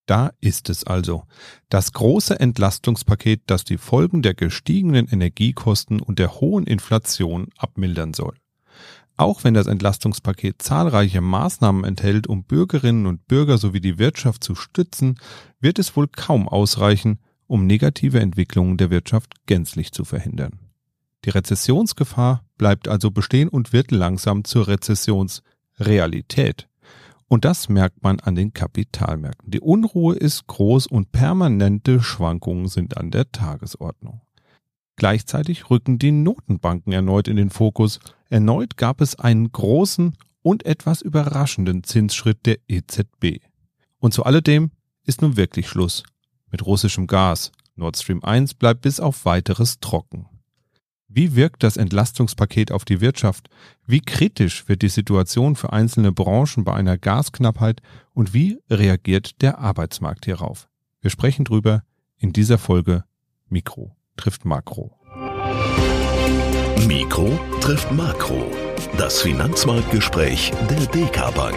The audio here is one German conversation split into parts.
Da ist es also. Das große Entlastungspaket, das die Folgen der gestiegenen Energiekosten und der hohen Inflation abmildern soll. Auch wenn das Entlastungspaket zahlreiche Maßnahmen enthält, um Bürgerinnen und Bürger sowie die Wirtschaft zu stützen, wird es wohl kaum ausreichen, um negative Entwicklungen der Wirtschaft gänzlich zu verhindern. Die Rezessionsgefahr bleibt also bestehen und wird langsam zur Rezessionsrealität. Und das merkt man an den Kapitalmärkten. Die Unruhe ist groß und permanente Schwankungen sind an der Tagesordnung. Gleichzeitig rücken die Notenbanken erneut in den Fokus. Erneut gab es einen großen und etwas überraschenden Zinsschritt der EZB. Und zu alledem ist nun wirklich Schluss mit russischem Gas. Nord Stream 1 bleibt bis auf Weiteres trocken. Wie wirkt das Entlastungspaket auf die Wirtschaft? Wie kritisch wird die Situation für einzelne Branchen bei einer Gasknappheit und wie reagiert der Arbeitsmarkt hierauf? Wir sprechen drüber in dieser Folge Mikro trifft Makro. Mikro trifft Makro. Das Finanzmarktgespräch der DK Bank.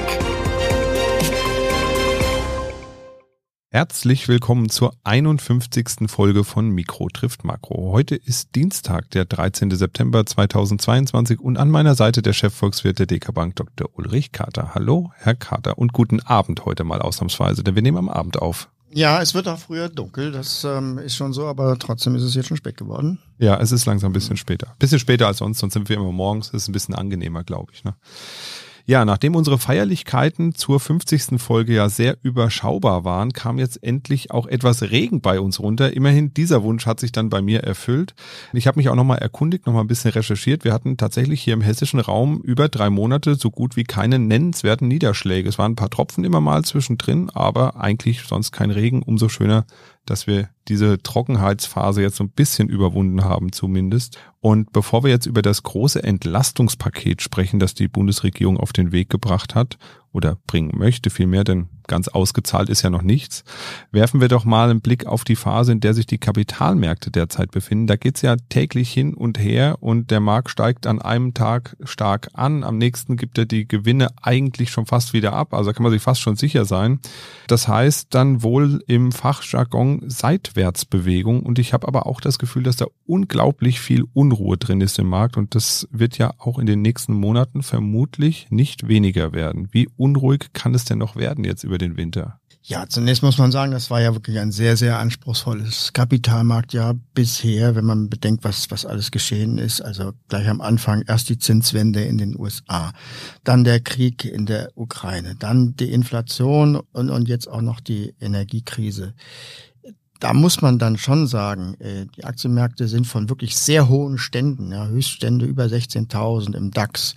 Herzlich willkommen zur 51. Folge von Mikro trifft Makro. Heute ist Dienstag, der 13. September 2022 und an meiner Seite der Chefvolkswirt der DK Bank, Dr. Ulrich Kater. Hallo, Herr Kater, und guten Abend heute mal ausnahmsweise, denn wir nehmen am Abend auf. Ja, es wird auch früher dunkel, das ist schon so, aber trotzdem ist es jetzt schon spät geworden. Ja, es ist langsam ein bisschen später. Bisschen später als sonst sind wir immer morgens, das ist ein bisschen angenehmer, glaube ich, ne? Ja, nachdem unsere Feierlichkeiten zur 50. Folge ja sehr überschaubar waren, kam jetzt endlich auch etwas Regen bei uns runter. Immerhin, dieser Wunsch hat sich dann bei mir erfüllt. Ich habe mich auch nochmal erkundigt, nochmal ein bisschen recherchiert. Wir hatten tatsächlich hier im hessischen Raum über 3 Monate so gut wie keine nennenswerten Niederschläge. Es waren ein paar Tropfen immer mal zwischendrin, aber eigentlich sonst kein Regen. Umso schöner, dass wir diese Trockenheitsphase jetzt so ein bisschen überwunden haben zumindest. Und bevor wir jetzt über das große Entlastungspaket sprechen, das die Bundesregierung auf den Weg gebracht hat oder bringen möchte vielmehr, denn ganz ausgezahlt ist ja noch nichts, werfen wir doch mal einen Blick auf die Phase, in der sich die Kapitalmärkte derzeit befinden. Da geht's ja täglich hin und her und der Markt steigt an einem Tag stark an, am nächsten gibt er die Gewinne eigentlich schon fast wieder ab, also da kann man sich fast schon sicher sein. Das heißt dann wohl im Fachjargon Seitwärtsbewegung und ich habe aber auch das Gefühl, dass da unglaublich viel Unruhe drin ist im Markt und das wird ja auch in den nächsten Monaten vermutlich nicht weniger werden. Wie unruhig kann es denn noch werden jetzt über den Winter? Ja, zunächst muss man sagen, das war ja wirklich ein sehr, sehr anspruchsvolles Kapitalmarktjahr bisher, wenn man bedenkt, was alles geschehen ist. Also gleich am Anfang erst die Zinswende in den USA, dann der Krieg in der Ukraine, dann die Inflation und jetzt auch noch die Energiekrise. Da muss man dann schon sagen, die Aktienmärkte sind von wirklich sehr hohen Ständen, ja, Höchststände über 16.000 im DAX,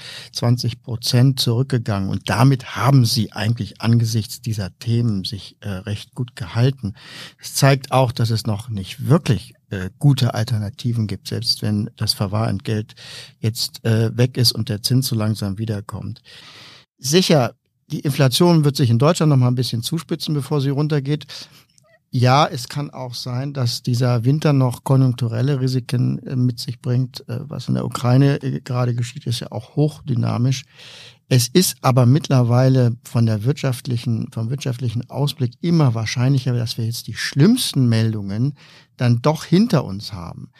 20% zurückgegangen und damit haben sie eigentlich angesichts dieser Themen sich recht gut gehalten. Es zeigt auch, dass es noch nicht wirklich gute Alternativen gibt, selbst wenn das Verwahrentgelt jetzt weg ist und der Zins so langsam wiederkommt. Sicher, die Inflation wird sich in Deutschland noch mal ein bisschen zuspitzen, bevor sie runtergeht. Ja, es kann auch sein, dass dieser Winter noch konjunkturelle Risiken mit sich bringt. Was in der Ukraine gerade geschieht, ist ja auch hochdynamisch. Es ist aber mittlerweile vom wirtschaftlichen Ausblick immer wahrscheinlicher, dass wir jetzt die schlimmsten Meldungen dann doch hinter uns haben.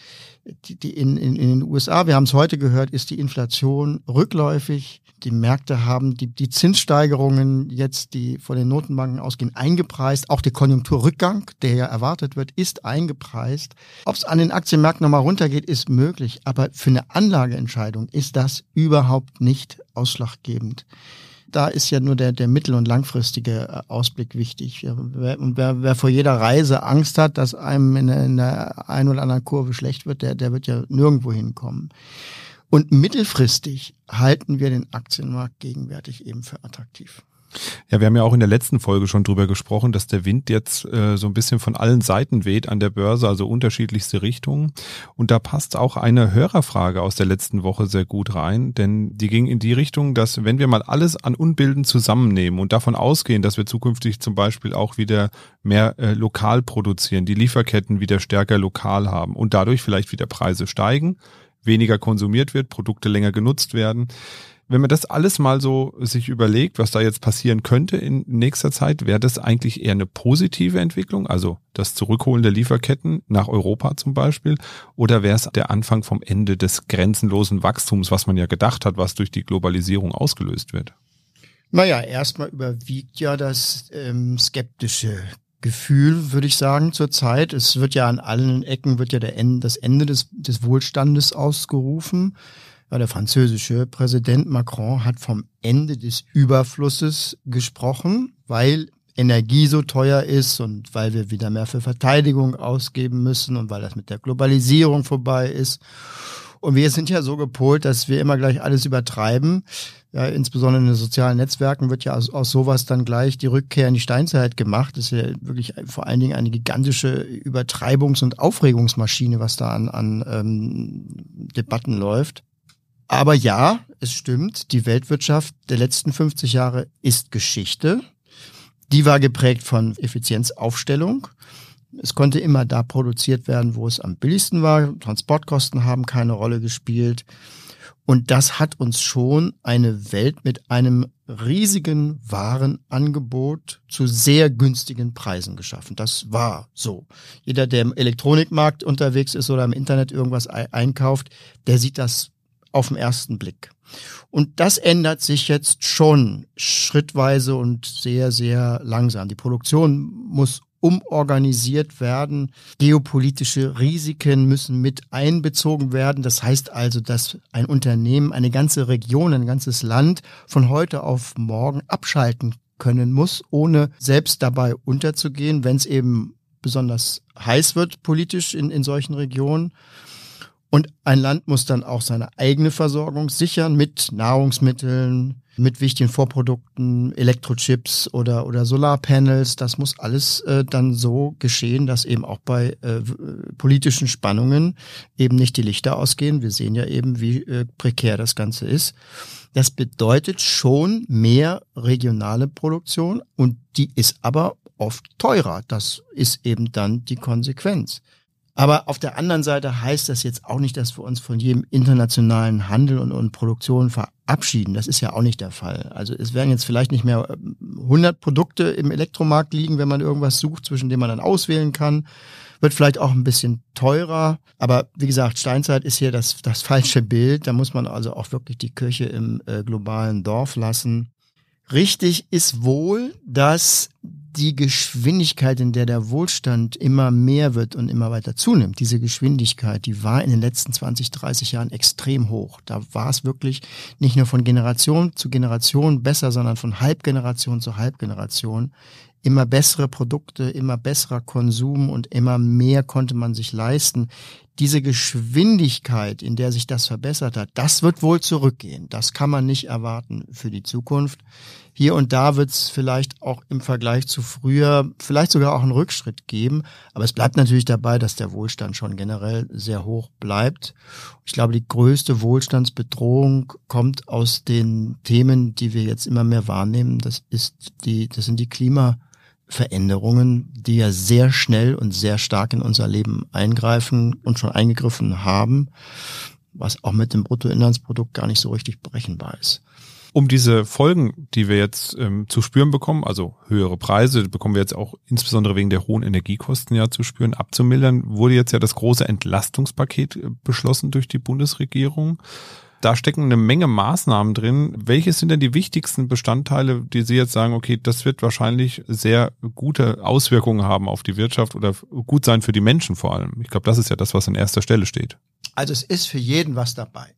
In den USA, wir haben es heute gehört, ist die Inflation rückläufig. Die Märkte haben die Zinssteigerungen jetzt, die von den Notenbanken ausgehen, eingepreist. Auch der Konjunkturrückgang, der ja erwartet wird, ist eingepreist. Ob es an den Aktienmärkten nochmal runtergeht, ist möglich. Aber für eine Anlageentscheidung ist das überhaupt nicht ausschlaggebend. Da ist ja nur der mittel- und langfristige Ausblick wichtig. Wer vor jeder Reise Angst hat, dass einem in der einen oder anderen Kurve schlecht wird, der wird ja nirgendwo hinkommen. Und mittelfristig halten wir den Aktienmarkt gegenwärtig eben für attraktiv. Ja, wir haben ja auch in der letzten Folge schon drüber gesprochen, dass der Wind jetzt so ein bisschen von allen Seiten weht an der Börse, also unterschiedlichste Richtungen. Und da passt auch eine Hörerfrage aus der letzten Woche sehr gut rein, denn die ging in die Richtung, dass wenn wir mal alles an Unbilden zusammennehmen und davon ausgehen, dass wir zukünftig zum Beispiel auch wieder mehr lokal produzieren, die Lieferketten wieder stärker lokal haben und dadurch vielleicht wieder Preise steigen, weniger konsumiert wird, Produkte länger genutzt werden. Wenn man das alles mal so sich überlegt, was da jetzt passieren könnte in nächster Zeit, wäre das eigentlich eher eine positive Entwicklung, also das Zurückholen der Lieferketten nach Europa zum Beispiel, oder wäre es der Anfang vom Ende des grenzenlosen Wachstums, was man ja gedacht hat, was durch die Globalisierung ausgelöst wird? Naja, erstmal überwiegt ja das skeptische Gefühl, würde ich sagen, zurzeit. Es wird ja an allen Ecken wird ja das Ende des Wohlstandes ausgerufen. Ja, der französische Präsident Macron hat vom Ende des Überflusses gesprochen, weil Energie so teuer ist und weil wir wieder mehr für Verteidigung ausgeben müssen und weil das mit der Globalisierung vorbei ist. Und wir sind ja so gepolt, dass wir immer gleich alles übertreiben. Ja, insbesondere in den sozialen Netzwerken wird ja aus sowas dann gleich die Rückkehr in die Steinzeit gemacht. Das ist ja wirklich vor allen Dingen eine gigantische Übertreibungs- und Aufregungsmaschine, was da an Debatten läuft. Aber ja, es stimmt, die Weltwirtschaft der letzten 50 Jahre ist Geschichte. Die war geprägt von Effizienzaufstellung. Es konnte immer da produziert werden, wo es am billigsten war. Transportkosten haben keine Rolle gespielt. Und das hat uns schon eine Welt mit einem riesigen Warenangebot zu sehr günstigen Preisen geschaffen. Das war so. Jeder, der im Elektronikmarkt unterwegs ist oder im Internet irgendwas einkauft, der sieht das auf den ersten Blick. Und das ändert sich jetzt schon schrittweise und sehr, sehr langsam. Die Produktion muss umorganisiert werden. Geopolitische Risiken müssen mit einbezogen werden. Das heißt also, dass ein Unternehmen, eine ganze Region, ein ganzes Land von heute auf morgen abschalten können muss, ohne selbst dabei unterzugehen, wenn es eben besonders heiß wird politisch in solchen Regionen. Und ein Land muss dann auch seine eigene Versorgung sichern mit Nahrungsmitteln, mit wichtigen Vorprodukten, Elektrochips oder Solarpanels. Das muss alles dann so geschehen, dass eben auch bei politischen Spannungen eben nicht die Lichter ausgehen. Wir sehen ja eben, wie prekär das Ganze ist. Das bedeutet schon mehr regionale Produktion und die ist aber oft teurer. Das ist eben dann die Konsequenz. Aber auf der anderen Seite heißt das jetzt auch nicht, dass wir uns von jedem internationalen Handel und Produktion verabschieden. Das ist ja auch nicht der Fall. Also es werden jetzt vielleicht nicht mehr 100 Produkte im Elektromarkt liegen, wenn man irgendwas sucht, zwischen denen man dann auswählen kann. Wird vielleicht auch ein bisschen teurer. Aber wie gesagt, Steinzeit ist hier das falsche Bild. Da muss man also auch wirklich die Kirche im globalen Dorf lassen. Richtig ist wohl, dass die Geschwindigkeit, in der Wohlstand immer mehr wird und immer weiter zunimmt, diese Geschwindigkeit, die war in den letzten 20, 30 Jahren extrem hoch. Da war es wirklich nicht nur von Generation zu Generation besser, sondern von Halbgeneration zu Halbgeneration. Immer bessere Produkte, immer besserer Konsum und immer mehr konnte man sich leisten. Diese Geschwindigkeit, in der sich das verbessert hat, das wird wohl zurückgehen. Das kann man nicht erwarten für die Zukunft. Hier und da wird es vielleicht auch im Vergleich zu früher vielleicht sogar auch einen Rückschritt geben. Aber es bleibt natürlich dabei, dass der Wohlstand schon generell sehr hoch bleibt. Ich glaube, die größte Wohlstandsbedrohung kommt aus den Themen, die wir jetzt immer mehr wahrnehmen. Das sind die Klimaveränderungen, die ja sehr schnell und sehr stark in unser Leben eingreifen und schon eingegriffen haben, was auch mit dem Bruttoinlandsprodukt gar nicht so richtig berechenbar ist. Um diese Folgen, die wir jetzt zu spüren bekommen, also höhere Preise, bekommen wir jetzt auch insbesondere wegen der hohen Energiekosten ja zu spüren, abzumildern, wurde jetzt ja das große Entlastungspaket beschlossen durch die Bundesregierung. Da stecken eine Menge Maßnahmen drin. Welche sind denn die wichtigsten Bestandteile, die Sie jetzt sagen, okay, das wird wahrscheinlich sehr gute Auswirkungen haben auf die Wirtschaft oder gut sein für die Menschen vor allem? Ich glaube, das ist ja das, was an erster Stelle steht. Also es ist für jeden was dabei.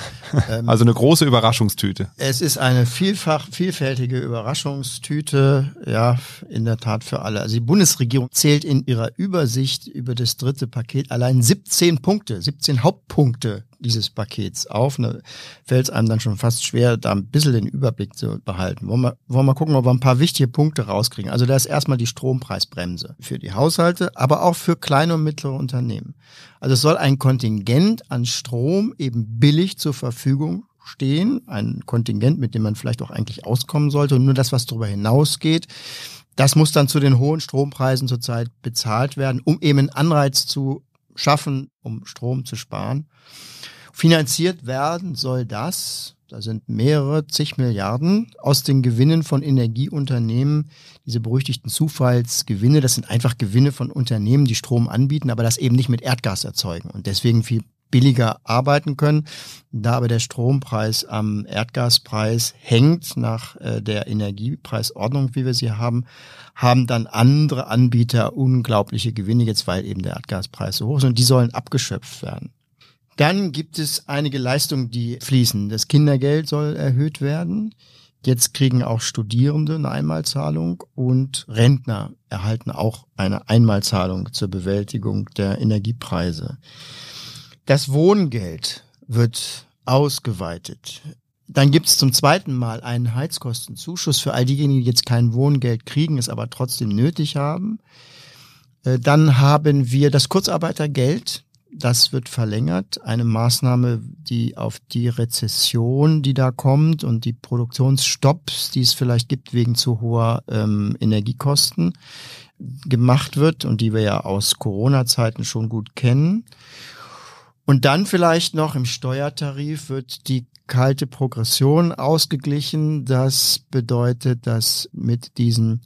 Also eine große Überraschungstüte. Es ist eine vielfältige Überraschungstüte, ja, in der Tat für alle. Also die Bundesregierung zählt in ihrer Übersicht über das dritte Paket allein 17 Hauptpunkte dieses Pakets auf. Da fällt es einem dann schon fast schwer, da ein bisschen den Überblick zu behalten. Wollen wir mal gucken, ob wir ein paar wichtige Punkte rauskriegen. Also da ist erstmal die Strompreisbremse für die Haushalte, aber auch für kleine und mittlere Unternehmen. Also es soll ein Kontingent an Strom eben billig zur Verfügung stehen. Ein Kontingent, mit dem man vielleicht auch eigentlich auskommen sollte. Und nur das, was darüber hinausgeht, das muss dann zu den hohen Strompreisen zurzeit bezahlt werden, um eben einen Anreiz zu schaffen, um Strom zu sparen. Finanziert werden soll das, da sind mehrere zig Milliarden aus den Gewinnen von Energieunternehmen, diese berüchtigten Zufallsgewinne, das sind einfach Gewinne von Unternehmen, die Strom anbieten, aber das eben nicht mit Erdgas erzeugen und deswegen viel billiger arbeiten können. Da aber der Strompreis am Erdgaspreis hängt nach der Energiepreisordnung, wie wir sie haben dann andere Anbieter unglaubliche Gewinne jetzt, weil eben der Erdgaspreis so hoch ist und die sollen abgeschöpft werden. Dann gibt es einige Leistungen, die fließen. Das Kindergeld soll erhöht werden. Jetzt kriegen auch Studierende eine Einmalzahlung und Rentner erhalten auch eine Einmalzahlung zur Bewältigung der Energiepreise. Das Wohngeld wird ausgeweitet. Dann gibt es zum zweiten Mal einen Heizkostenzuschuss für all diejenigen, die jetzt kein Wohngeld kriegen, es aber trotzdem nötig haben. Dann haben wir das Kurzarbeitergeld. Das wird verlängert, eine Maßnahme, die auf die Rezession, die da kommt und die Produktionsstopps, die es vielleicht gibt wegen zu hoher Energiekosten, gemacht wird und die wir ja aus Corona-Zeiten schon gut kennen. Und dann vielleicht noch im Steuertarif wird die kalte Progression ausgeglichen. Das bedeutet, dass mit diesen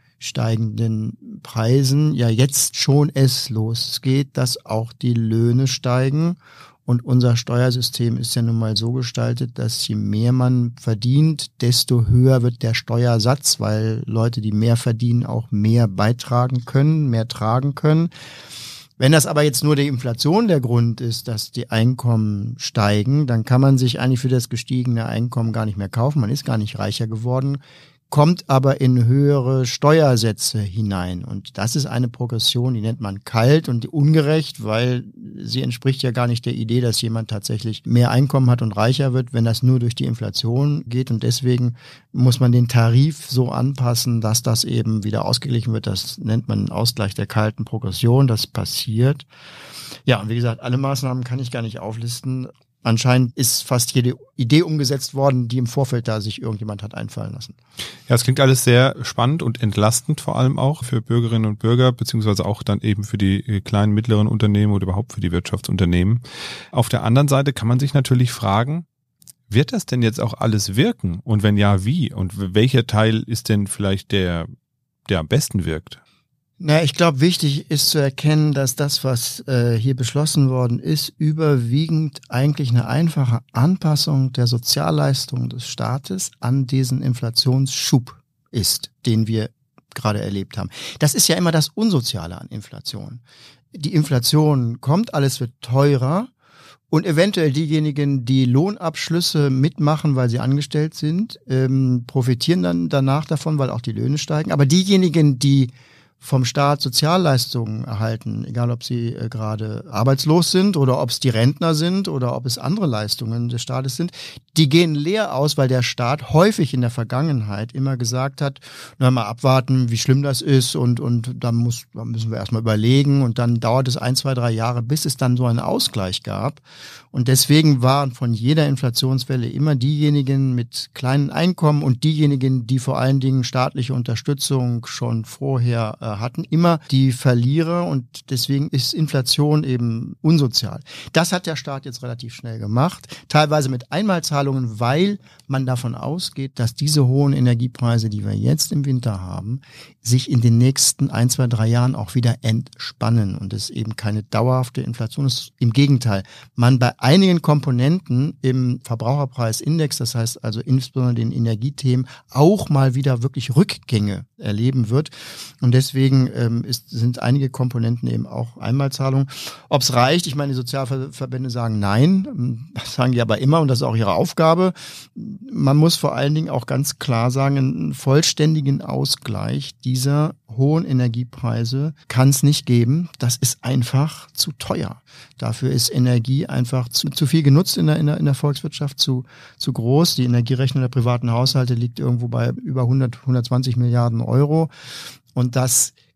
steigenden Preisen ja jetzt schon es losgeht, dass auch die Löhne steigen. Und unser Steuersystem ist ja nun mal so gestaltet, dass je mehr man verdient, desto höher wird der Steuersatz, weil Leute, die mehr verdienen, auch mehr beitragen können, mehr tragen können. Wenn das aber jetzt nur die Inflation der Grund ist, dass die Einkommen steigen, dann kann man sich eigentlich für das gestiegene Einkommen gar nicht mehr kaufen. Man ist gar nicht reicher geworden, kommt aber in höhere Steuersätze hinein. Und das ist eine Progression, die nennt man kalt und ungerecht, weil sie entspricht ja gar nicht der Idee, dass jemand tatsächlich mehr Einkommen hat und reicher wird, wenn das nur durch die Inflation geht. Und deswegen muss man den Tarif so anpassen, dass das eben wieder ausgeglichen wird. Das nennt man Ausgleich der kalten Progression. Das passiert. Ja, und wie gesagt, alle Maßnahmen kann ich gar nicht auflisten. Anscheinend ist fast jede Idee umgesetzt worden, die im Vorfeld da sich irgendjemand hat einfallen lassen. Ja, es klingt alles sehr spannend und entlastend vor allem auch für Bürgerinnen und Bürger, beziehungsweise auch dann eben für die kleinen, mittleren Unternehmen oder überhaupt für die Wirtschaftsunternehmen. Auf der anderen Seite kann man sich natürlich fragen, wird das denn jetzt auch alles wirken? Und wenn ja, wie? Und welcher Teil ist denn vielleicht der am besten wirkt? Na, ich glaube, wichtig ist zu erkennen, dass das, was hier beschlossen worden ist, überwiegend eigentlich eine einfache Anpassung der Sozialleistungen des Staates an diesen Inflationsschub ist, den wir gerade erlebt haben. Das ist ja immer das Unsoziale an Inflation. Die Inflation kommt, alles wird teurer und eventuell diejenigen, die Lohnabschlüsse mitmachen, weil sie angestellt sind, profitieren dann danach davon, weil auch die Löhne steigen. Aber diejenigen, die vom Staat Sozialleistungen erhalten, egal ob sie gerade arbeitslos sind oder ob es die Rentner sind oder ob es andere Leistungen des Staates sind, die gehen leer aus, weil der Staat häufig in der Vergangenheit immer gesagt hat, na mal abwarten, wie schlimm das ist und dann müssen wir erstmal überlegen und dann dauert es 1, 2, 3 Jahre, bis es dann so einen Ausgleich gab. Und deswegen waren von jeder Inflationswelle immer diejenigen mit kleinen Einkommen und diejenigen, die vor allen Dingen staatliche Unterstützung schon vorher hatten, immer die Verlierer und deswegen ist Inflation eben unsozial. Das hat der Staat jetzt relativ schnell gemacht, teilweise mit Einmalzahlungen, weil man davon ausgeht, dass diese hohen Energiepreise, die wir jetzt im Winter haben, sich in den nächsten 1, 2, 3 Jahren auch wieder entspannen und es eben keine dauerhafte Inflation ist. Im Gegenteil, man bei einigen Komponenten im Verbraucherpreisindex, das heißt also insbesondere den Energiethemen, auch mal wieder wirklich Rückgänge erleben wird. Und deswegen sind einige Komponenten eben auch Einmalzahlungen. Ob es reicht, ich meine, die Sozialverbände sagen nein, das sagen die aber immer und das ist auch ihre Aufgabe. Man muss vor allen Dingen auch ganz klar sagen, einen vollständigen Ausgleich dieser hohen Energiepreise kann es nicht geben. Das ist einfach zu teuer. Dafür ist Energie einfach zu viel genutzt in der Volkswirtschaft, zu groß. Die Energierechnung der privaten Haushalte liegt irgendwo bei über 100, 120 Milliarden Euro. Und das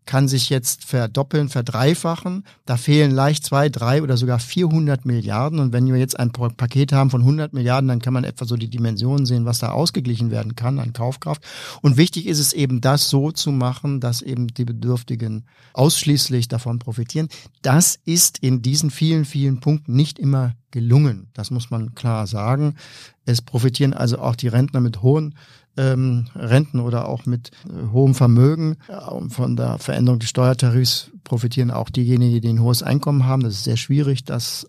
kann sich jetzt verdoppeln, verdreifachen. Da fehlen leicht 2, 3 oder sogar 400 Milliarden. Und wenn wir jetzt ein Paket haben von 100 Milliarden, dann kann man etwa so die Dimensionen sehen, was da ausgeglichen werden kann an Kaufkraft. Und wichtig ist es eben, das so zu machen, dass eben die Bedürftigen ausschließlich davon profitieren. Das ist in diesen vielen, vielen Punkten nicht immer gelungen. Das muss man klar sagen. Es profitieren also auch die Rentner mit hohen Renten oder auch mit hohem Vermögen. Von der Veränderung des Steuertarifs profitieren auch diejenigen, die ein hohes Einkommen haben. Das ist sehr schwierig, das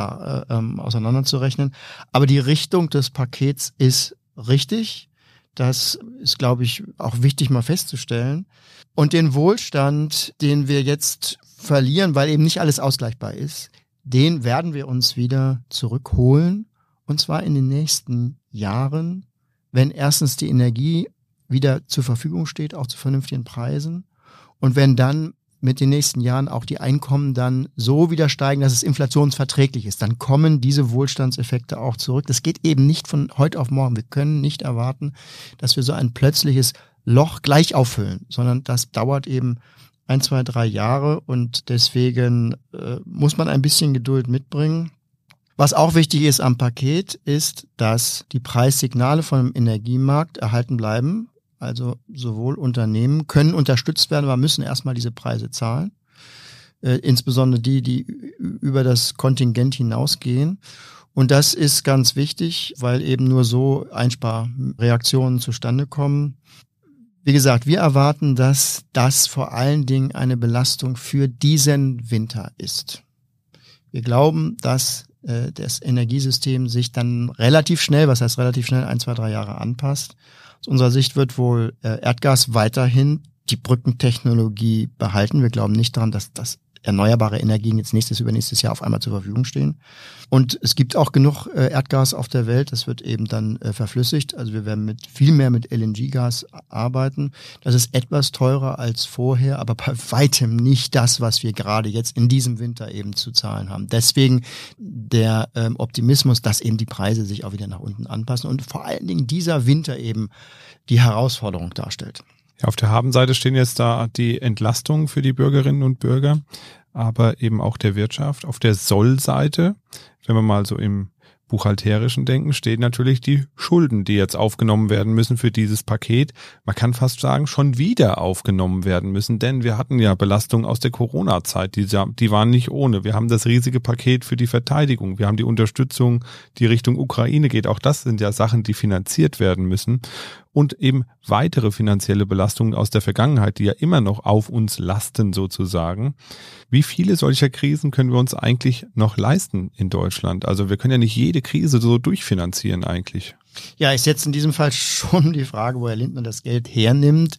auseinanderzurechnen. Aber die Richtung des Pakets ist richtig. Das ist, glaube ich, auch wichtig mal festzustellen. Und den Wohlstand, den wir jetzt verlieren, weil eben nicht alles ausgleichbar ist, den werden wir uns wieder zurückholen. Und zwar in den nächsten Jahren, wenn erstens die Energie wieder zur Verfügung steht, auch zu vernünftigen Preisen. Und wenn dann mit den nächsten Jahren auch die Einkommen dann so wieder steigen, dass es inflationsverträglich ist, dann kommen diese Wohlstandseffekte auch zurück. Das geht eben nicht von heute auf morgen. Wir können nicht erwarten, dass wir so ein plötzliches Loch gleich auffüllen, sondern das dauert eben 1, 2, 3 Jahre und deswegen muss man ein bisschen Geduld mitbringen. Was auch wichtig ist am Paket, ist, dass die Preissignale vom Energiemarkt erhalten bleiben. Also sowohl Unternehmen können unterstützt werden, aber müssen erstmal diese Preise zahlen. Insbesondere die über das Kontingent hinausgehen. Und das ist ganz wichtig, weil eben nur so Einsparreaktionen zustande kommen. Wie gesagt, wir erwarten, dass das vor allen Dingen eine Belastung für diesen Winter ist. Wir glauben, dass das Energiesystem sich dann relativ schnell, 1, 2, 3 Jahre anpasst. Aus unserer Sicht wird wohl Erdgas weiterhin die Brückentechnologie behalten. Wir glauben nicht daran, dass erneuerbare Energien jetzt übernächstes Jahr auf einmal zur Verfügung stehen. Und es gibt auch genug Erdgas auf der Welt. Das wird eben dann verflüssigt. Also wir werden viel mehr mit LNG-Gas arbeiten. Das ist etwas teurer als vorher, aber bei weitem nicht das, was wir gerade jetzt in diesem Winter eben zu zahlen haben. Deswegen der Optimismus, dass eben die Preise sich auch wieder nach unten anpassen und vor allen Dingen dieser Winter eben die Herausforderung darstellt. Ja, auf der Habenseite stehen jetzt da die Entlastungen für die Bürgerinnen und Bürger, aber eben auch der Wirtschaft. Auf der Soll-Seite, wenn wir mal so im buchhalterischen denken, stehen natürlich die Schulden, die jetzt aufgenommen werden müssen für dieses Paket. Man kann fast sagen, schon wieder aufgenommen werden müssen, denn wir hatten ja Belastungen aus der Corona-Zeit, die waren nicht ohne. Wir haben das riesige Paket für die Verteidigung, wir haben die Unterstützung, die Richtung Ukraine geht. Auch das sind ja Sachen, die finanziert werden müssen. Und eben weitere finanzielle Belastungen aus der Vergangenheit, die ja immer noch auf uns lasten sozusagen. Wie viele solcher Krisen können wir uns eigentlich noch leisten in Deutschland? Also wir können ja nicht jede Krise so durchfinanzieren eigentlich. Ja, ich setze in diesem Fall schon die Frage, wo Herr Lindner das Geld hernimmt.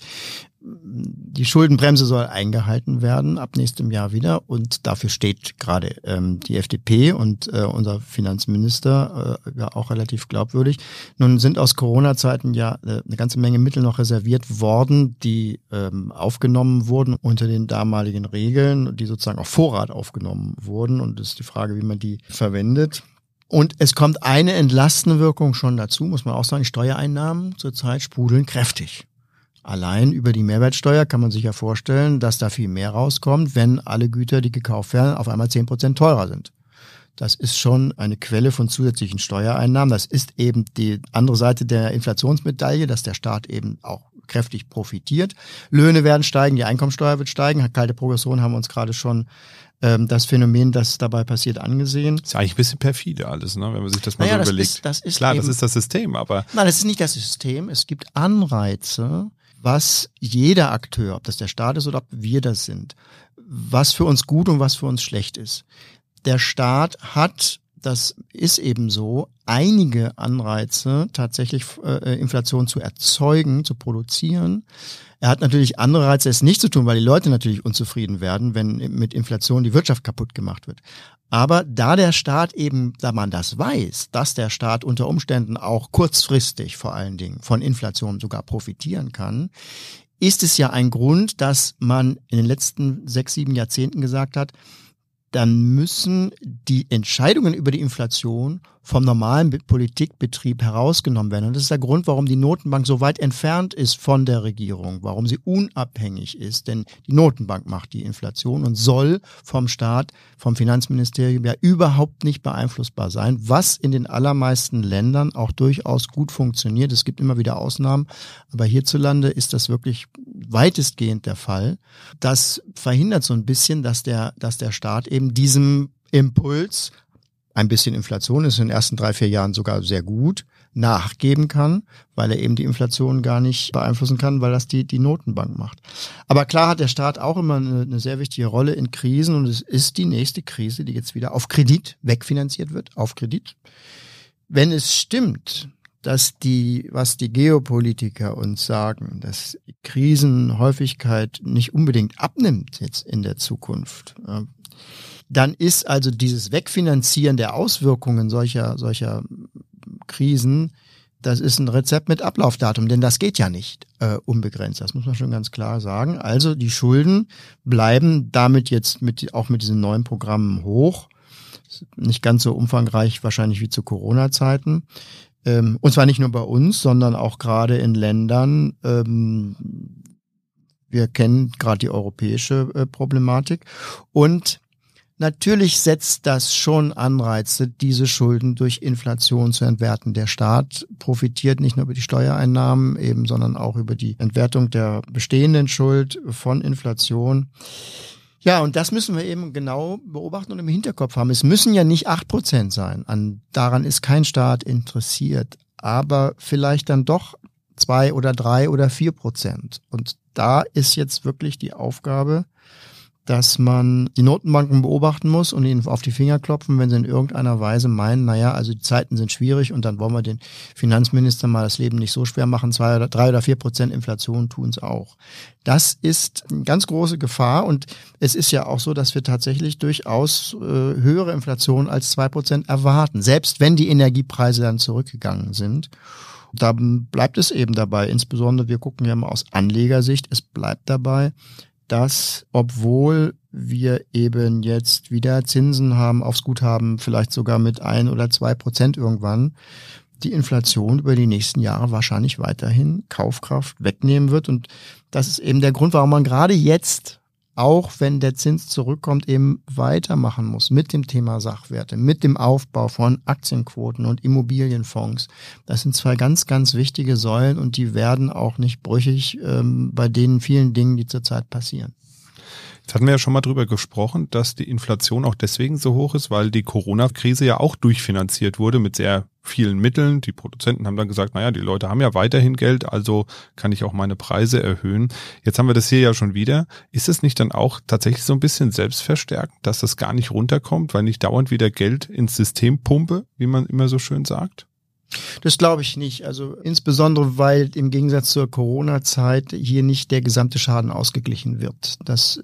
Die Schuldenbremse soll eingehalten werden ab nächstem Jahr wieder und dafür steht gerade die FDP und unser Finanzminister auch relativ glaubwürdig. Nun sind aus Corona-Zeiten ja eine ganze Menge Mittel noch reserviert worden, die aufgenommen wurden unter den damaligen Regeln, die sozusagen auf Vorrat aufgenommen wurden und es ist die Frage, wie man die verwendet. Und es kommt eine entlastende Wirkung schon dazu, muss man auch sagen, die Steuereinnahmen zurzeit sprudeln kräftig. Allein über die Mehrwertsteuer kann man sich ja vorstellen, dass da viel mehr rauskommt, wenn alle Güter, die gekauft werden, auf einmal 10% teurer sind. Das ist schon eine Quelle von zusätzlichen Steuereinnahmen. Das ist eben die andere Seite der Inflationsmedaille, dass der Staat eben auch kräftig profitiert. Löhne werden steigen, die Einkommensteuer wird steigen. Kalte Progression haben wir uns gerade schon das Phänomen, das dabei passiert, angesehen. Ist eigentlich ein bisschen perfide alles, ne? Wenn man sich das mal so überlegt. Das ist klar, das ist das System, aber... Nein, das ist nicht das System. Es gibt Anreize, was jeder Akteur, ob das der Staat ist oder ob wir das sind, was für uns gut und was für uns schlecht ist. Der Staat hat, das ist eben so, einige Anreize, tatsächlich Inflation zu erzeugen, zu produzieren. Er hat natürlich andere Reize, es nicht zu tun, weil die Leute natürlich unzufrieden werden, wenn mit Inflation die Wirtschaft kaputt gemacht wird. Aber da der Staat eben, da man das weiß, dass der Staat unter Umständen auch kurzfristig vor allen Dingen von Inflation sogar profitieren kann, ist es ja ein Grund, dass man in den letzten 6, 7 Jahrzehnten gesagt hat, dann müssen die Entscheidungen über die Inflation vom normalen Politikbetrieb herausgenommen werden. Und das ist der Grund, warum die Notenbank so weit entfernt ist von der Regierung, warum sie unabhängig ist. Denn die Notenbank macht die Inflation und soll vom Staat, vom Finanzministerium ja überhaupt nicht beeinflussbar sein, was in den allermeisten Ländern auch durchaus gut funktioniert. Es gibt immer wieder Ausnahmen, aber hierzulande ist das wirklich weitestgehend der Fall. Das verhindert so ein bisschen, dass der Staat eben diesem Impuls, ein bisschen Inflation ist in den ersten 3-4 Jahren sogar sehr gut, nachgeben kann, weil er eben die Inflation gar nicht beeinflussen kann, weil das die Notenbank macht. Aber klar hat der Staat auch immer eine sehr wichtige Rolle in Krisen und es ist die nächste Krise, die jetzt wieder auf Kredit wegfinanziert wird, auf Kredit. Wenn es stimmt, dass was die Geopolitiker uns sagen, dass Krisenhäufigkeit nicht unbedingt abnimmt jetzt in der Zukunft, dann ist also dieses Wegfinanzieren der Auswirkungen solcher Krisen, das ist ein Rezept mit Ablaufdatum, denn das geht ja nicht unbegrenzt. Das muss man schon ganz klar sagen. Also die Schulden bleiben damit jetzt auch mit diesen neuen Programmen hoch. Nicht ganz so umfangreich wahrscheinlich wie zu Corona-Zeiten. Und zwar nicht nur bei uns, sondern auch gerade in Ländern. Wir kennen gerade die europäische Problematik. Und natürlich setzt das schon Anreize, diese Schulden durch Inflation zu entwerten. Der Staat profitiert nicht nur über die Steuereinnahmen eben, sondern auch über die Entwertung der bestehenden Schuld von Inflation. Ja, und das müssen wir eben genau beobachten und im Hinterkopf haben. Es müssen ja nicht 8% sein. Daran ist kein Staat interessiert. Aber vielleicht dann doch 2 oder 3 oder 4%. Und da ist jetzt wirklich die Aufgabe, dass man die Notenbanken beobachten muss und ihnen auf die Finger klopfen, wenn sie in irgendeiner Weise meinen, also die Zeiten sind schwierig und dann wollen wir den Finanzminister mal das Leben nicht so schwer machen, 2 oder 3 oder 4% Inflation tun es auch. Das ist eine ganz große Gefahr und es ist ja auch so, dass wir tatsächlich durchaus höhere Inflation als 2% erwarten, selbst wenn die Energiepreise dann zurückgegangen sind. Da bleibt es eben dabei, insbesondere wir gucken ja mal aus Anlegersicht, es bleibt dabei, dass, obwohl wir eben jetzt wieder Zinsen haben aufs Guthaben, vielleicht sogar mit 1 oder 2% irgendwann, die Inflation über die nächsten Jahre wahrscheinlich weiterhin Kaufkraft wegnehmen wird. Und das ist eben der Grund, warum man gerade jetzt, auch wenn der Zins zurückkommt, eben weitermachen muss mit dem Thema Sachwerte, mit dem Aufbau von Aktienquoten und Immobilienfonds. Das sind 2 ganz, ganz wichtige Säulen und die werden auch nicht brüchig bei den vielen Dingen, die zurzeit passieren. Jetzt hatten wir ja schon mal drüber gesprochen, dass die Inflation auch deswegen so hoch ist, weil die Corona-Krise ja auch durchfinanziert wurde mit sehr vielen Mitteln. Die Produzenten haben dann gesagt, die Leute haben ja weiterhin Geld, also kann ich auch meine Preise erhöhen. Jetzt haben wir das hier ja schon wieder. Ist es nicht dann auch tatsächlich so ein bisschen selbstverstärkend, dass das gar nicht runterkommt, weil nicht dauernd wieder Geld ins System pumpe, wie man immer so schön sagt? Das glaube ich nicht. Also insbesondere, weil im Gegensatz zur Corona-Zeit hier nicht der gesamte Schaden ausgeglichen wird. Das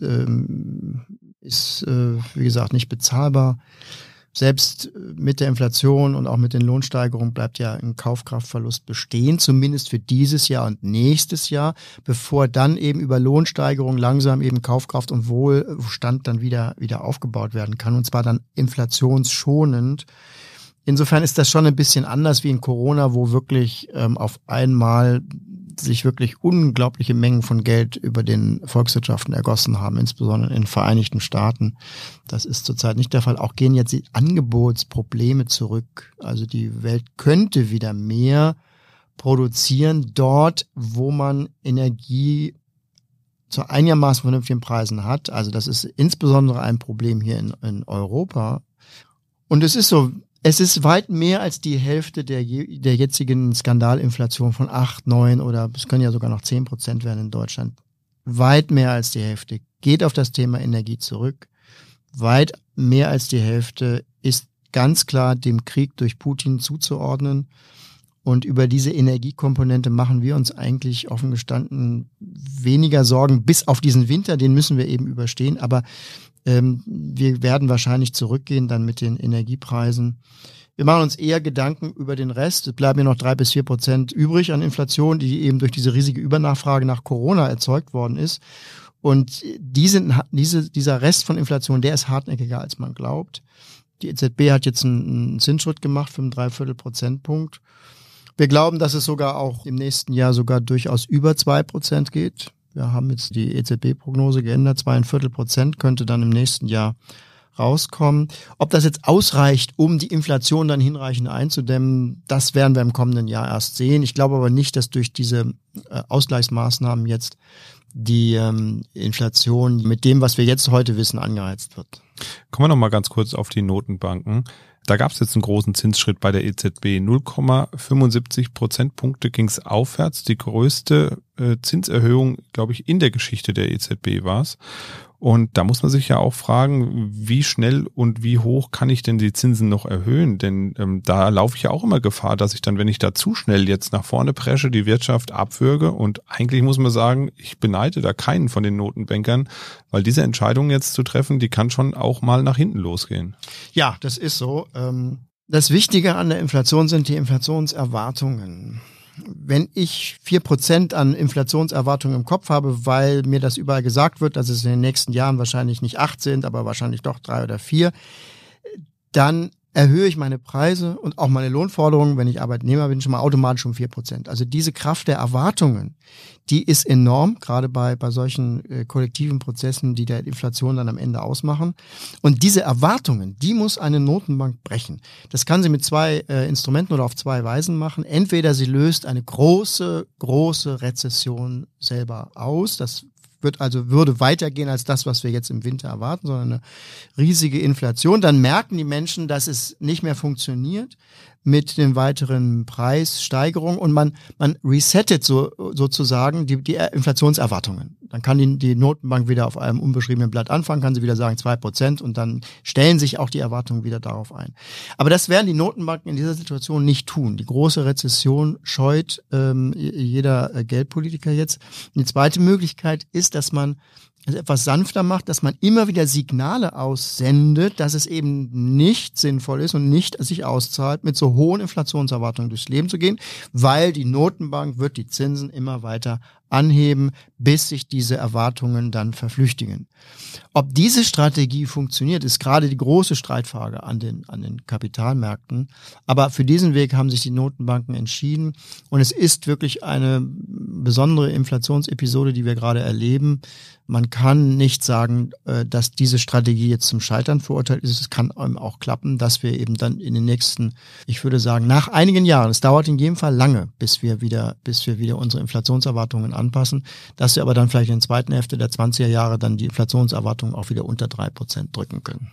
ist, wie gesagt, nicht bezahlbar. Selbst mit der Inflation und auch mit den Lohnsteigerungen bleibt ja ein Kaufkraftverlust bestehen, zumindest für dieses Jahr und nächstes Jahr, bevor dann eben über Lohnsteigerung langsam eben Kaufkraft und Wohlstand dann wieder aufgebaut werden kann, und zwar dann inflationsschonend. Insofern ist das schon ein bisschen anders wie in Corona, wo wirklich auf einmal sich wirklich unglaubliche Mengen von Geld über den Volkswirtschaften ergossen haben, insbesondere in den Vereinigten Staaten. Das ist zurzeit nicht der Fall. Auch gehen jetzt die Angebotsprobleme zurück. Also die Welt könnte wieder mehr produzieren dort, wo man Energie zu einigermaßen vernünftigen Preisen hat. Also das ist insbesondere ein Problem hier in Europa. Und es ist so, es ist weit mehr als die Hälfte der jetzigen Skandalinflation von 8, 9 oder es können ja sogar noch 10% werden in Deutschland. Weit mehr als die Hälfte geht auf das Thema Energie zurück. Weit mehr als die Hälfte ist ganz klar dem Krieg durch Putin zuzuordnen. Und über diese Energiekomponente machen wir uns eigentlich offen gestanden weniger Sorgen, bis auf diesen Winter, den müssen wir eben überstehen. Aber wir werden wahrscheinlich zurückgehen dann mit den Energiepreisen Wir machen uns eher Gedanken über den Rest. Es bleiben ja noch 3-4% übrig an Inflation, die eben durch diese riesige Übernachfrage nach Corona erzeugt worden ist. Und dieser Rest von Inflation, der ist hartnäckiger, als man glaubt. Die EZB hat jetzt einen Zinsschritt gemacht für einen 0,75 Prozentpunkt. Wir glauben, dass es sogar auch im nächsten Jahr sogar durchaus über 2% geht. Wir haben jetzt die EZB-Prognose geändert. 2,25% könnte dann im nächsten Jahr rauskommen. Ob das jetzt ausreicht, um die Inflation dann hinreichend einzudämmen, das werden wir im kommenden Jahr erst sehen. Ich glaube aber nicht, dass durch diese Ausgleichsmaßnahmen jetzt die Inflation mit dem, was wir jetzt heute wissen, angeheizt wird. Kommen wir noch mal ganz kurz auf die Notenbanken. Da gab es jetzt einen großen Zinsschritt bei der EZB. 0,75 Prozentpunkte ging es aufwärts. Die größte Zinserhöhung, glaube ich, in der Geschichte der EZB war es. Und da muss man sich ja auch fragen, wie schnell und wie hoch kann ich denn die Zinsen noch erhöhen? Denn da laufe ich ja auch immer Gefahr, dass ich dann, wenn ich da zu schnell jetzt nach vorne presche, die Wirtschaft abwürge. Und eigentlich muss man sagen, ich beneide da keinen von den Notenbankern, weil diese Entscheidung jetzt zu treffen, die kann schon auch mal nach hinten losgehen. Ja, das ist so. Das Wichtige an der Inflation sind die Inflationserwartungen. Wenn ich 4% an Inflationserwartungen im Kopf habe, weil mir das überall gesagt wird, dass es in den nächsten Jahren wahrscheinlich nicht 8 sind, aber wahrscheinlich doch 3 oder 4, dann erhöhe ich meine Preise und auch meine Lohnforderungen, wenn ich Arbeitnehmer bin, schon mal automatisch um 4%. Also diese Kraft der Erwartungen, die ist enorm, gerade bei solchen kollektiven Prozessen, die der Inflation dann am Ende ausmachen. Und diese Erwartungen, die muss eine Notenbank brechen. Das kann sie mit 2 Instrumenten oder auf 2 Weisen machen. Entweder sie löst eine große Rezession selber aus. Das würde weitergehen als das, was wir jetzt im Winter erwarten, sondern eine riesige Inflation. Dann merken die Menschen, dass es nicht mehr funktioniert mit den weiteren Preissteigerungen und man resettet sozusagen die Inflationserwartungen. Dann kann die Notenbank wieder auf einem unbeschriebenen Blatt anfangen, kann sie wieder sagen 2% und dann stellen sich auch die Erwartungen wieder darauf ein. Aber das werden die Notenbanken in dieser Situation nicht tun. Die große Rezession scheut jeder Geldpolitiker jetzt. Und die zweite Möglichkeit ist, dass man es etwas sanfter macht, dass man immer wieder Signale aussendet, dass es eben nicht sinnvoll ist und nicht sich auszahlt, mit so hohen Inflationserwartungen durchs Leben zu gehen, weil die Notenbank wird die Zinsen immer weiter anheben, bis sich diese Erwartungen dann verflüchtigen. Ob diese Strategie funktioniert, ist gerade die große Streitfrage an den Kapitalmärkten. Aber für diesen Weg haben sich die Notenbanken entschieden. Und es ist wirklich eine besondere Inflationsepisode, die wir gerade erleben. Man kann nicht sagen, dass diese Strategie jetzt zum Scheitern verurteilt ist. Es kann auch klappen, dass wir eben dann in den nächsten, ich würde sagen, nach einigen Jahren, es dauert in jedem Fall lange, bis wir wieder unsere Inflationserwartungen anpassen, dass wir aber dann vielleicht in der zweiten Hälfte der 20er Jahre dann die Inflationserwartungen auch wieder unter 3% drücken können.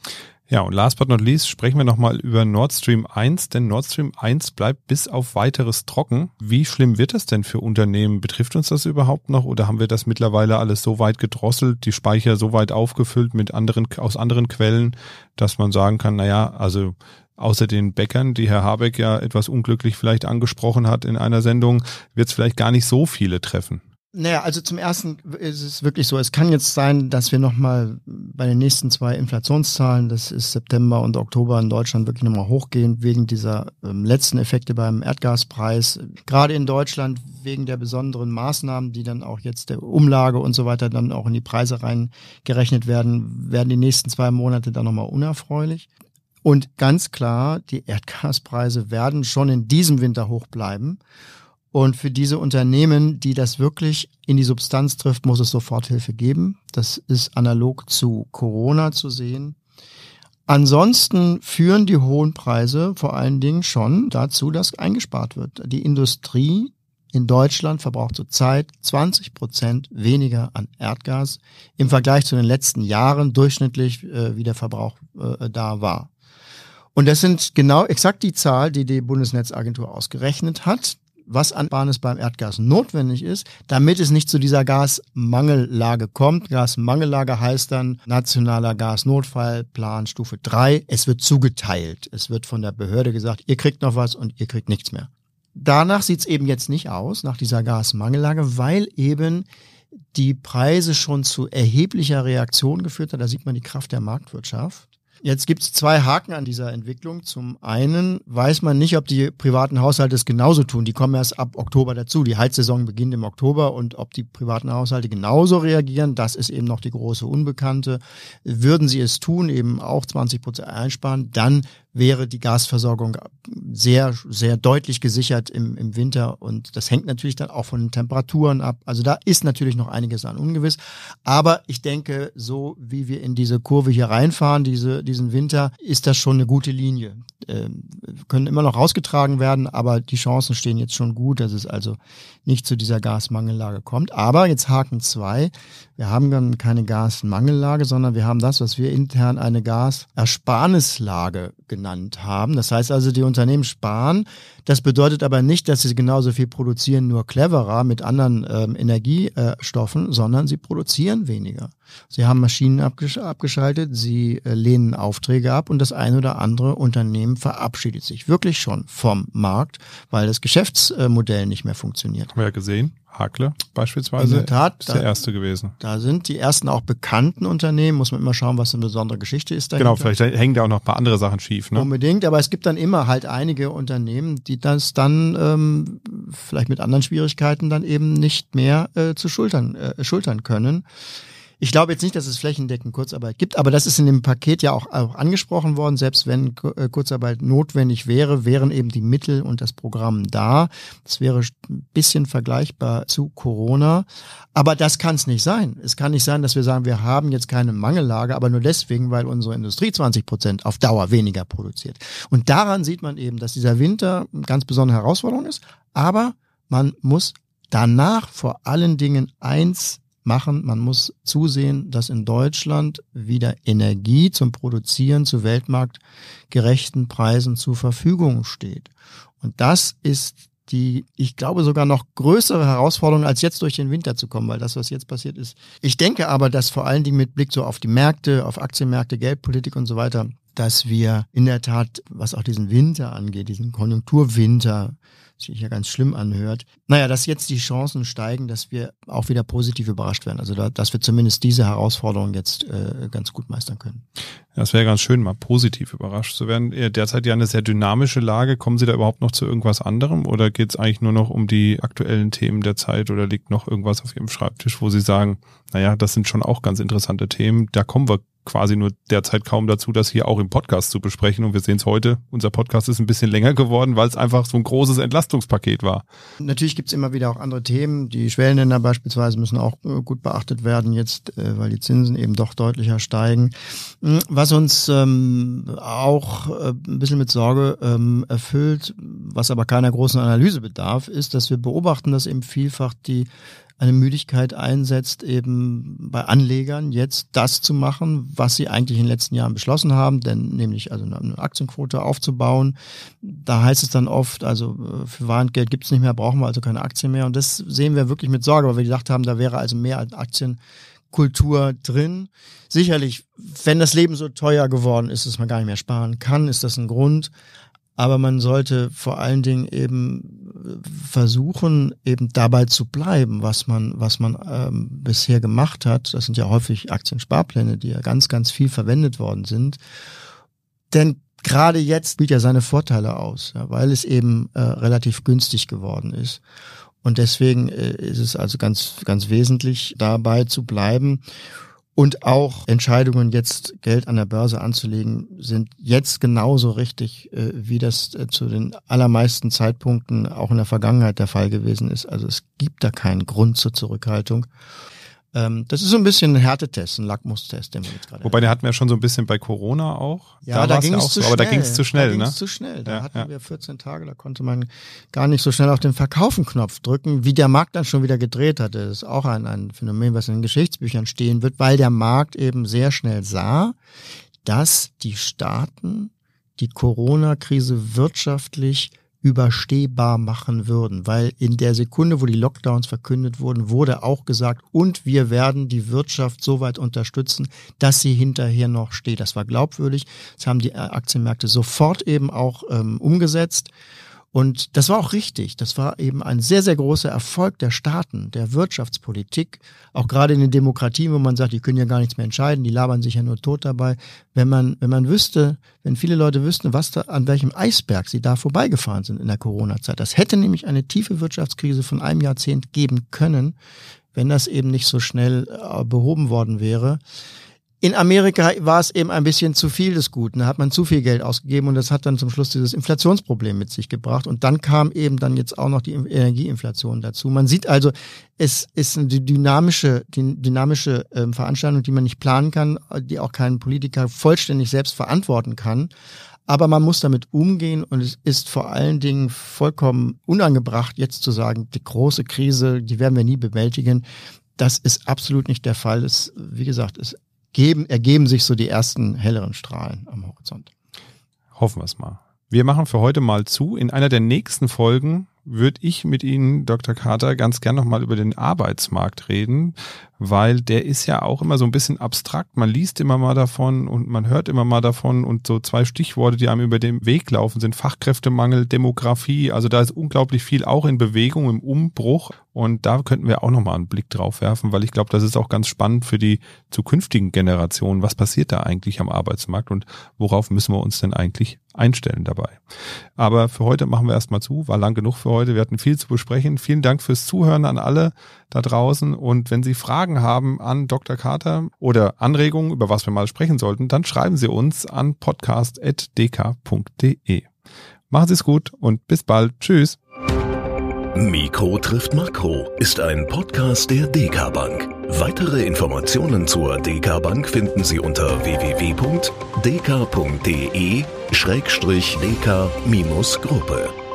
Ja, und last but not least sprechen wir nochmal über Nord Stream 1, denn Nord Stream 1 bleibt bis auf Weiteres trocken. Wie schlimm wird das denn für Unternehmen? Betrifft uns das überhaupt noch oder haben wir das mittlerweile alles so weit gedrosselt, die Speicher so weit aufgefüllt aus anderen Quellen, dass man sagen kann, naja, also außer den Bäckern, die Herr Habeck ja etwas unglücklich vielleicht angesprochen hat in einer Sendung, wird es vielleicht gar nicht so viele treffen. Naja, also zum Ersten ist es wirklich so, es kann jetzt sein, dass wir nochmal bei den nächsten 2 Inflationszahlen, das ist September und Oktober in Deutschland, wirklich nochmal hochgehen, wegen dieser letzten Effekte beim Erdgaspreis. Gerade in Deutschland wegen der besonderen Maßnahmen, die dann auch jetzt der Umlage und so weiter dann auch in die Preise reingerechnet werden die nächsten 2 Monate dann nochmal unerfreulich. Und ganz klar, die Erdgaspreise werden schon in diesem Winter hoch bleiben. Und für diese Unternehmen, die das wirklich in die Substanz trifft, muss es Soforthilfe geben. Das ist analog zu Corona zu sehen. Ansonsten führen die hohen Preise vor allen Dingen schon dazu, dass eingespart wird. Die Industrie in Deutschland verbraucht zurzeit 20% weniger an Erdgas im Vergleich zu den letzten Jahren durchschnittlich, wie der Verbrauch da war. Und das sind genau exakt die Zahl, die die Bundesnetzagentur ausgerechnet hat, was an Ersparnis beim Erdgas notwendig ist, damit es nicht zu dieser Gasmangellage kommt. Gasmangellage heißt dann nationaler Gasnotfallplan Stufe 3. Es wird zugeteilt. Es wird von der Behörde gesagt, ihr kriegt noch was und ihr kriegt nichts mehr. Danach sieht es eben jetzt nicht aus, nach dieser Gasmangellage, weil eben die Preise schon zu erheblicher Reaktion geführt hat. Da sieht man die Kraft der Marktwirtschaft. Jetzt gibt es 2 Haken an dieser Entwicklung. Zum einen weiß man nicht, ob die privaten Haushalte es genauso tun. Die kommen erst ab Oktober dazu. Die Heizsaison beginnt im Oktober und ob die privaten Haushalte genauso reagieren, das ist eben noch die große Unbekannte. Würden sie es tun, eben auch 20% einsparen, dann wäre die Gasversorgung sehr, sehr deutlich gesichert im Winter und das hängt natürlich dann auch von den Temperaturen ab. Also da ist natürlich noch einiges an ungewiss. Aber ich denke, so wie wir in diese Kurve hier reinfahren, diesen Winter, ist das schon eine gute Linie. Können immer noch rausgetragen werden, aber die Chancen stehen jetzt schon gut, dass es also nicht zu dieser Gasmangellage kommt. Aber jetzt Haken 2, wir haben dann keine Gasmangellage, sondern wir haben das, was wir intern eine Gasersparnislage genannt haben. Das heißt also, die Unternehmen sparen. Das bedeutet aber nicht, dass sie genauso viel produzieren, nur cleverer mit anderen Energiestoffen, sondern sie produzieren weniger. Sie haben Maschinen abgeschaltet, sie lehnen Aufträge ab und das ein oder andere Unternehmen verabschiedet sich wirklich schon vom Markt, weil das Geschäftsmodell nicht mehr funktioniert. Haben wir ja gesehen. Hakle beispielsweise in der Tat, ist der erste gewesen. Da sind die ersten auch bekannten Unternehmen, muss man immer schauen, was eine besondere Geschichte ist dahinter. Genau, vielleicht hängen da auch noch ein paar andere Sachen schief. Ne? Unbedingt, aber es gibt dann immer halt einige Unternehmen, die das dann vielleicht mit anderen Schwierigkeiten dann eben nicht mehr schultern können. Ich glaube jetzt nicht, dass es flächendeckend Kurzarbeit gibt, aber das ist in dem Paket ja auch angesprochen worden. Selbst wenn Kurzarbeit notwendig wäre, wären eben die Mittel und das Programm da. Das wäre ein bisschen vergleichbar zu Corona. Aber das kann es nicht sein. Es kann nicht sein, dass wir sagen, wir haben jetzt keine Mangellage, aber nur deswegen, weil unsere Industrie 20% auf Dauer weniger produziert. Und daran sieht man eben, dass dieser Winter eine ganz besondere Herausforderung ist. Aber man muss danach vor allen Dingen eins machen. Man muss zusehen, dass in Deutschland wieder Energie zum Produzieren zu weltmarktgerechten Preisen zur Verfügung steht. Und das ist die, ich glaube, sogar noch größere Herausforderung, als jetzt durch den Winter zu kommen, weil das, was jetzt passiert ist. Ich denke aber, dass vor allen Dingen mit Blick so auf die Märkte, auf Aktienmärkte, Geldpolitik und so weiter, dass wir in der Tat, was auch diesen Winter angeht, diesen Konjunkturwinter, was sich ja ganz schlimm anhört, dass jetzt die Chancen steigen, dass wir auch wieder positiv überrascht werden. Also dass wir zumindest diese Herausforderung jetzt ganz gut meistern können. Ja, das wäre ganz schön, mal positiv überrascht zu werden. Derzeit ja eine sehr dynamische Lage. Kommen Sie da überhaupt noch zu irgendwas anderem oder geht es eigentlich nur noch um die aktuellen Themen der Zeit oder liegt noch irgendwas auf Ihrem Schreibtisch, wo Sie sagen, das sind schon auch ganz interessante Themen, da kommen wir quasi nur derzeit kaum dazu, das hier auch im Podcast zu besprechen. Und wir sehen es heute, unser Podcast ist ein bisschen länger geworden, weil es einfach so ein großes Entlastungspaket war. Natürlich gibt es immer wieder auch andere Themen. Die Schwellenländer beispielsweise müssen auch gut beachtet werden jetzt, weil die Zinsen eben doch deutlicher steigen. Was uns auch ein bisschen mit Sorge erfüllt, was aber keiner großen Analyse bedarf, ist, dass wir beobachten, dass eben vielfach eine Müdigkeit einsetzt, eben bei Anlegern jetzt das zu machen, was sie eigentlich in den letzten Jahren beschlossen haben, denn nämlich also eine Aktienquote aufzubauen. Da heißt es dann oft, also für Warentgeld gibt's nicht mehr, brauchen wir also keine Aktien mehr. Und das sehen wir wirklich mit Sorge, weil wir gedacht haben, da wäre also mehr als Aktienkultur drin. Sicherlich, wenn das Leben so teuer geworden ist, dass man gar nicht mehr sparen kann, ist das ein Grund. Aber man sollte vor allen Dingen eben versuchen, eben dabei zu bleiben, was man bisher gemacht hat. Das sind ja häufig Aktiensparpläne, die ja ganz, ganz viel verwendet worden sind. Denn gerade jetzt spielt ja seine Vorteile aus, weil es eben relativ günstig geworden ist. Und deswegen ist es also ganz, ganz wesentlich, dabei zu bleiben. Und auch Entscheidungen, jetzt Geld an der Börse anzulegen, sind jetzt genauso richtig, wie das zu den allermeisten Zeitpunkten auch in der Vergangenheit der Fall gewesen ist. Also es gibt da keinen Grund zur Zurückhaltung. Das ist so ein bisschen ein Härtetest, ein Lackmustest, den wir jetzt gerade Wobei, den hatten wir schon so ein bisschen bei Corona auch. Ja, da ging es zu schnell. Aber da ging es zu schnell, ne? Da ging es zu schnell. Da hatten wir 14 Tage, da konnte man gar nicht so schnell auf den Verkaufen-Knopf drücken, wie der Markt dann schon wieder gedreht hatte. Das ist auch ein Phänomen, was in den Geschichtsbüchern stehen wird, weil der Markt eben sehr schnell sah, dass die Staaten die Corona-Krise wirtschaftlich überstehbar machen würden, weil in der Sekunde, wo die Lockdowns verkündet wurden, wurde auch gesagt, und wir werden die Wirtschaft so weit unterstützen, dass sie hinterher noch steht. Das war glaubwürdig. Das haben die Aktienmärkte sofort eben auch umgesetzt. Und das war auch richtig. Das war eben ein sehr, sehr großer Erfolg der Staaten, der Wirtschaftspolitik, auch gerade in den Demokratien, wo man sagt, die können ja gar nichts mehr entscheiden, die labern sich ja nur tot dabei. Wenn viele Leute wüssten, an welchem Eisberg sie da vorbeigefahren sind in der Corona-Zeit. Das hätte nämlich eine tiefe Wirtschaftskrise von einem Jahrzehnt geben können, wenn das eben nicht so schnell behoben worden wäre. In Amerika war es eben ein bisschen zu viel des Guten. Da hat man zu viel Geld ausgegeben und das hat dann zum Schluss dieses Inflationsproblem mit sich gebracht. Und dann kam eben dann jetzt auch noch die Energieinflation dazu. Man sieht also, es ist eine dynamische Veranstaltung, die man nicht planen kann, die auch kein Politiker vollständig selbst verantworten kann. Aber man muss damit umgehen und es ist vor allen Dingen vollkommen unangebracht, jetzt zu sagen, die große Krise, die werden wir nie bewältigen. Das ist absolut nicht der Fall. Wie gesagt, ergeben sich so die ersten helleren Strahlen am Horizont. Hoffen wir es mal. Wir machen für heute mal zu. In einer der nächsten Folgen würde ich mit Ihnen, Dr. Carter, ganz gern nochmal über den Arbeitsmarkt reden, weil der ist ja auch immer so ein bisschen abstrakt. Man liest immer mal davon und man hört immer mal davon und so 2 Stichworte, die einem über den Weg laufen, sind Fachkräftemangel, Demografie. Also da ist unglaublich viel auch in Bewegung, im Umbruch und da könnten wir auch nochmal einen Blick drauf werfen, weil ich glaube, das ist auch ganz spannend für die zukünftigen Generationen. Was passiert da eigentlich am Arbeitsmarkt und worauf müssen wir uns denn eigentlich einstellen dabei? Aber für heute machen wir erstmal zu, war lang genug für heute. Wir hatten viel zu besprechen. Vielen Dank fürs Zuhören an alle da draußen und wenn Sie Fragen haben an Dr. Carter oder Anregungen, über was wir mal sprechen sollten, dann schreiben Sie uns an podcast@dk.de. Machen Sie es gut und bis bald. Tschüss. Mikro trifft Makro ist ein Podcast der DK Bank. Weitere Informationen zur DK Bank finden Sie unter www.dk.de/dk-gruppe.